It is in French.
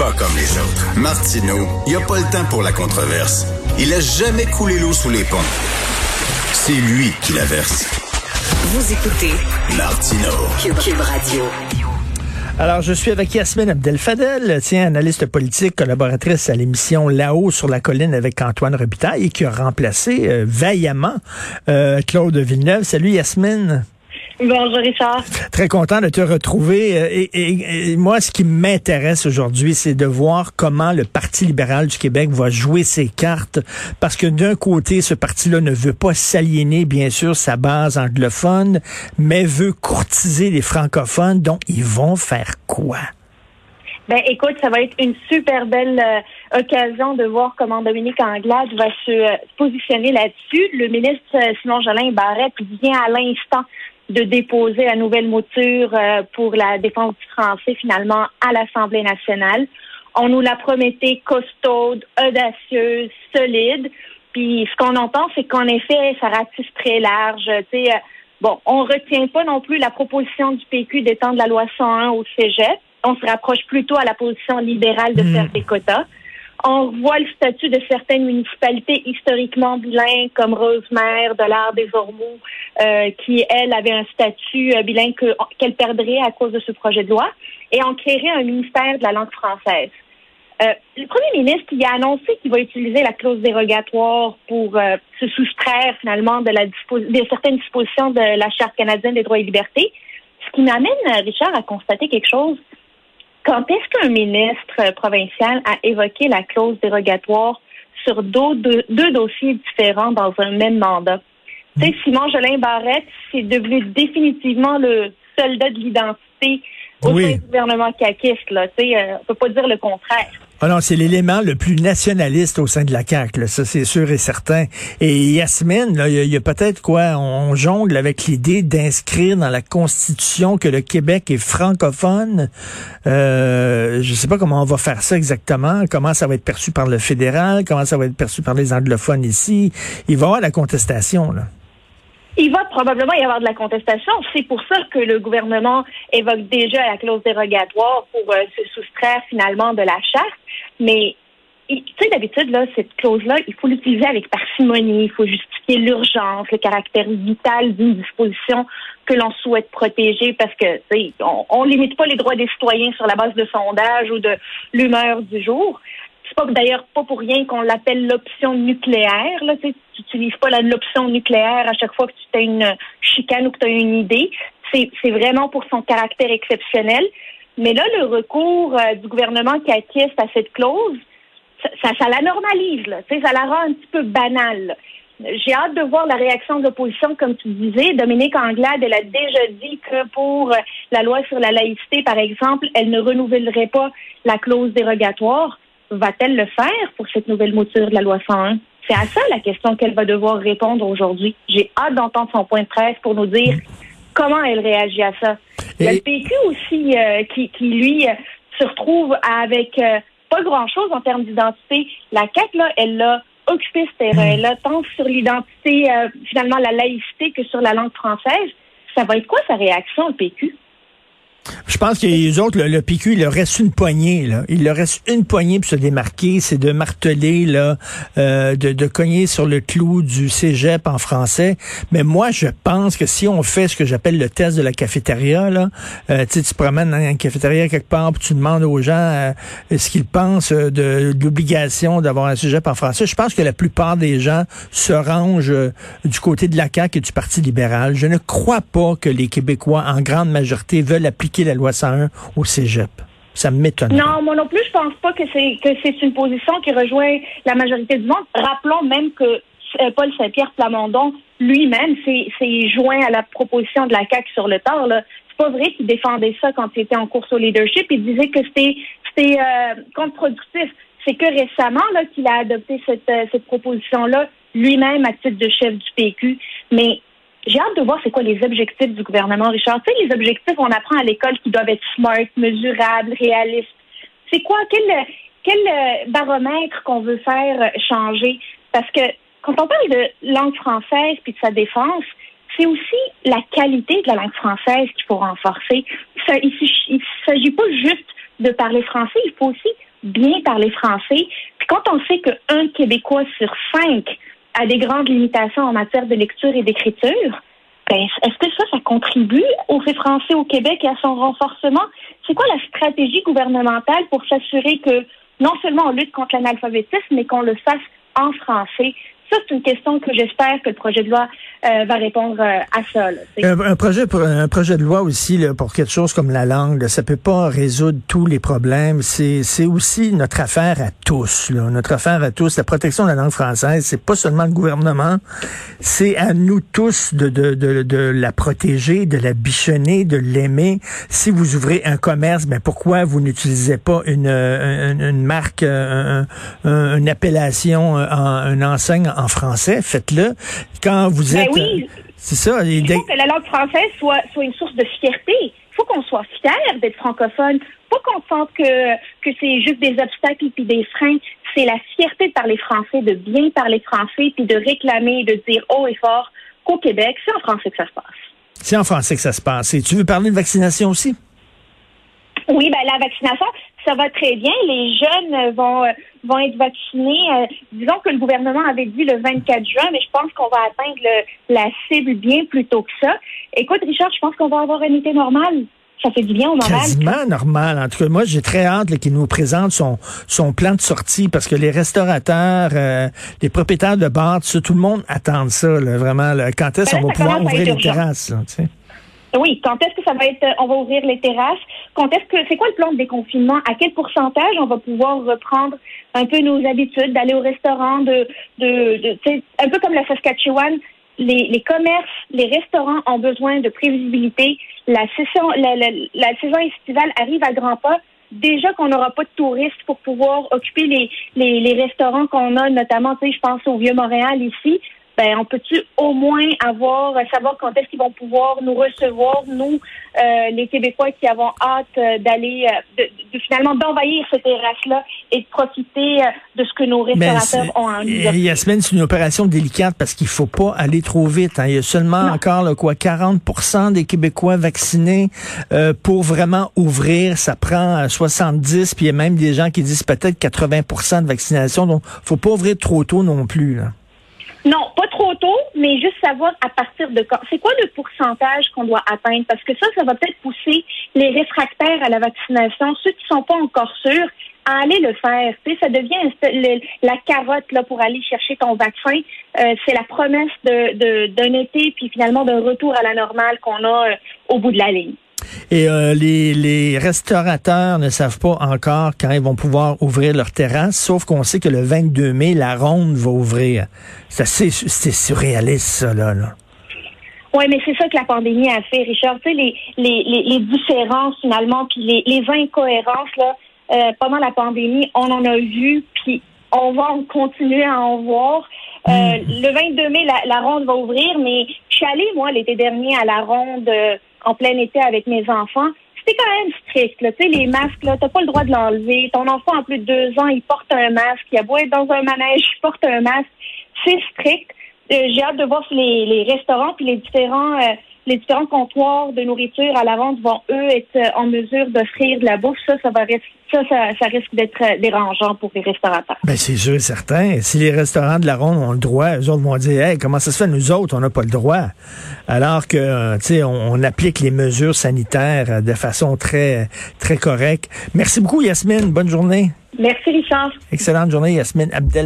Pas comme les autres. Martineau, il n'y a pas le temps pour la controverse. Il a jamais coulé l'eau sous les ponts. C'est lui qui la verse. Vous écoutez Martineau. Cube Radio. Alors, je suis avec Yasmine Abdel-Fadel, analyste politique, collaboratrice à l'émission Là-haut sur la colline avec Antoine Robitaille, qui a remplacé vaillamment Claude Villeneuve. Salut Yasmine. Bonjour Richard. Très content de te retrouver. Et moi, ce qui m'intéresse aujourd'hui, c'est de voir comment le Parti libéral du Québec va jouer ses cartes. Parce que d'un côté, ce parti-là ne veut pas s'aliéner, bien sûr, sa base anglophone, mais veut courtiser les francophones. Donc, ils vont faire quoi? Ben, écoute, ça va être une super belle occasion de voir comment Dominique Anglade va se positionner là-dessus. Le ministre Simon Jolin Barrette vient à l'instant de déposer la nouvelle mouture pour la défense du français, finalement, à l'Assemblée nationale. On nous l'a prometté costaude, audacieuse, solide. Puis ce qu'on entend, c'est qu'en effet, ça ratisse très large. Bon, on retient pas non plus la proposition du PQ d'étendre la loi 101 au cégep. On se rapproche plutôt à la position libérale de faire des quotas. On voit le statut de certaines municipalités historiquement bilingues, comme Rosemère, Dollard, des Ormeaux, qui, elle, avait un statut bilingue qu'elle perdrait à cause de ce projet de loi, et on créerait un ministère de la langue française. Le premier ministre, il a annoncé qu'il va utiliser la clause dérogatoire pour se soustraire, finalement, de certaines dispositions de la Charte canadienne des droits et libertés, ce qui m'amène, Richard, à constater quelque chose. Quand est-ce qu'un ministre provincial a évoqué la clause dérogatoire sur deux dossiers différents dans un même mandat? Tu sais, Simon Jolin Barrette, c'est devenu définitivement le soldat de l'identité au sein du gouvernement caquiste, là. Tu sais, on peut pas dire le contraire. Ah non, c'est l'élément le plus nationaliste au sein de la CAQ, là. Ça c'est sûr et certain. Et Yasmine, là, il y a peut-être on jongle avec l'idée d'inscrire dans la Constitution que le Québec est francophone. Je sais pas comment on va faire ça exactement, comment ça va être perçu par le fédéral, comment ça va être perçu par les anglophones ici. Il va y avoir la contestation, là. Il va probablement y avoir de la contestation. C'est pour ça que le gouvernement évoque déjà la clause dérogatoire pour se soustraire finalement de la charte. Mais, tu sais, d'habitude, là, cette clause-là, il faut l'utiliser avec parcimonie. Il faut justifier l'urgence, le caractère vital d'une disposition que l'on souhaite protéger parce que, tu sais, on limite pas les droits des citoyens sur la base de sondages ou de l'humeur du jour. C'est pas d'ailleurs pas pour rien qu'on l'appelle l'option nucléaire. Là, tu n'utilises pas l'option nucléaire à chaque fois que tu as une chicane ou que tu as une idée. C'est vraiment pour son caractère exceptionnel. Mais là, le recours du gouvernement qui acquiesce à cette clause, ça la normalise. Là, ça la rend un petit peu banale. Là. J'ai hâte de voir la réaction de l'opposition, comme tu disais. Dominique Anglade, elle a déjà dit que pour la loi sur la laïcité, par exemple, elle ne renouvellerait pas la clause dérogatoire. Va-t-elle le faire pour cette nouvelle mouture de la loi 101? C'est à ça la question qu'elle va devoir répondre aujourd'hui. J'ai hâte d'entendre son point de presse pour nous dire comment elle réagit à ça. Il y a le PQ aussi qui lui, se retrouve avec pas grand-chose en termes d'identité. La CAQ, là, elle l'a occupé ce terrain-là, tant sur l'identité, finalement, la laïcité que sur la langue française. Ça va être quoi sa réaction, le PQ? Je pense que les autres, le PQ, il leur reste une poignée, là. Il leur reste une poignée pour se démarquer, c'est de marteler, là, de cogner sur le clou du cégep en français. Mais moi, je pense que si on fait ce que j'appelle le test de la cafétéria, là, tu te promènes dans une cafétéria quelque part, puis tu demandes aux gens ce qu'ils pensent de l'obligation d'avoir un cégep en français. Je pense que la plupart des gens se rangent du côté de la CAQ et du Parti libéral. Je ne crois pas que les Québécois, en grande majorité, veulent appliquer la loi 101 au cégep. Ça m'étonne. Non, moi non plus, je pense pas que c'est une position qui rejoint la majorité du monde. Rappelons même que Paul Saint-Pierre Plamondon, lui-même, s'est joint à la proposition de la CAQ sur le tard. Là. C'est pas vrai qu'il défendait ça quand il était en course au leadership. Il disait que c'était contre-productif. C'est que récemment là qu'il a adopté cette proposition-là lui-même à titre de chef du PQ. Mais j'ai hâte de voir c'est quoi les objectifs du gouvernement, Richard. Tu sais, les objectifs, on apprend à l'école qui doivent être smart, mesurables, réalistes. C'est quoi? Quel baromètre qu'on veut faire changer? Parce que quand on parle de langue française puis de sa défense, c'est aussi la qualité de la langue française qu'il faut renforcer. Il s'agit pas juste de parler français, il faut aussi bien parler français. Puis quand on sait qu'un Québécois sur 5 a des grandes limitations en matière de lecture et d'écriture, ben, est-ce que ça contribue au fait français au Québec et à son renforcement? C'est quoi la stratégie gouvernementale pour s'assurer que non seulement on lutte contre l'analphabétisme, mais qu'on le fasse en français? Ça, c'est une question que j'espère que le projet de loi va répondre à ça. Un projet de loi aussi là, pour quelque chose comme la langue, là, ça peut pas résoudre tous les problèmes. C'est aussi notre affaire à tous. Là. Notre affaire à tous. La protection de la langue française, c'est pas seulement le gouvernement, c'est à nous tous de la protéger, de la bichonner, de l'aimer. Si vous ouvrez un commerce, ben pourquoi vous n'utilisez pas une marque, une appellation, une enseigne en français? Faites-le. Quand vous êtes... oui. C'est ça. Il faut que la langue française soit une source de fierté. Il faut qu'on soit fier d'être francophone. Pas qu'on sente que c'est juste des obstacles puis des freins. C'est la fierté de parler français, de bien parler français, puis de réclamer, de dire haut et fort qu'au Québec, c'est en français que ça se passe. C'est en français que ça se passe. Et tu veux parler de vaccination aussi? Oui, ben la vaccination, ça va très bien. Les jeunes vont être vaccinés. Disons que le gouvernement avait dit le 24 juin, mais je pense qu'on va atteindre la cible bien plus tôt que ça. Écoute, Richard, je pense qu'on va avoir un été normal. Ça fait du bien au moral. Quasiment normal. En tout cas, moi, j'ai très hâte qu'il nous présente son plan de sortie parce que les restaurateurs, les propriétaires de bars, tout le monde attend ça, là, vraiment. Là. Quand est-ce qu'on va pouvoir ouvrir les terrasses? Là, tu sais? Oui, quand est-ce que ça va être, on va ouvrir les terrasses? C'est quoi le plan de déconfinement? À quel pourcentage on va pouvoir reprendre un peu nos habitudes d'aller au restaurant, un peu comme la Saskatchewan, les commerces, les restaurants ont besoin de prévisibilité. La saison estivale arrive à grands pas. Déjà qu'on n'aura pas de touristes pour pouvoir occuper les restaurants qu'on a, notamment, je pense au Vieux-Montréal ici. Ben, on peut-tu au moins savoir quand est-ce qu'ils vont pouvoir nous recevoir, nous, les Québécois qui avons hâte d'aller, finalement d'envahir ces terrasses-là et de profiter de ce que nos restaurateurs ont en nous. Yasmine, c'est une opération délicate parce qu'il faut pas aller trop vite. Hein. Il y a seulement encore 40% des Québécois vaccinés pour vraiment ouvrir. Ça prend 70, puis il y a même des gens qui disent peut-être 80% de vaccination. Donc, faut pas ouvrir trop tôt non plus, là. Non, pas trop tôt, mais juste savoir à partir de quand. C'est quoi le pourcentage qu'on doit atteindre? Parce que ça va peut-être pousser les réfractaires à la vaccination, ceux qui sont pas encore sûrs, à aller le faire. Tu sais, ça devient la carotte là pour aller chercher ton vaccin. C'est la promesse d'un été, puis finalement d'un retour à la normale qu'on a au bout de la ligne. Et les restaurateurs ne savent pas encore quand ils vont pouvoir ouvrir leur terrasse, sauf qu'on sait que le 22 mai, la Ronde va ouvrir. C'est surréaliste, ça, là. Oui, mais c'est ça que la pandémie a fait, Richard. Tu sais, les différences, finalement, puis les incohérences, là, pendant la pandémie, on en a vu, puis on va continuer à en voir. Le 22 mai, la Ronde va ouvrir, mais je suis allée, moi, l'été dernier, à la Ronde en plein été avec mes enfants. C'était quand même strict, là. Tu sais, les masques, là, t'as pas le droit de l'enlever. Ton enfant, en plus de 2 ans, il porte un masque. Il a beau être dans un manège, il porte un masque. C'est strict. J'ai hâte de voir si les restaurants puis les différents comptoirs de nourriture à la Ronde vont, eux, être en mesure d'offrir de la bouffe. Ça risque d'être dérangeant pour les restaurateurs. Ben, c'est sûr et certain. Si les restaurants de la Ronde ont le droit, eux autres vont dire, hey, comment ça se fait, nous autres, on n'a pas le droit? Alors que, tu sais, on applique les mesures sanitaires de façon très, très correcte. Merci beaucoup, Yasmine. Bonne journée. Merci, Richard. Excellente journée, Yasmine Abdel.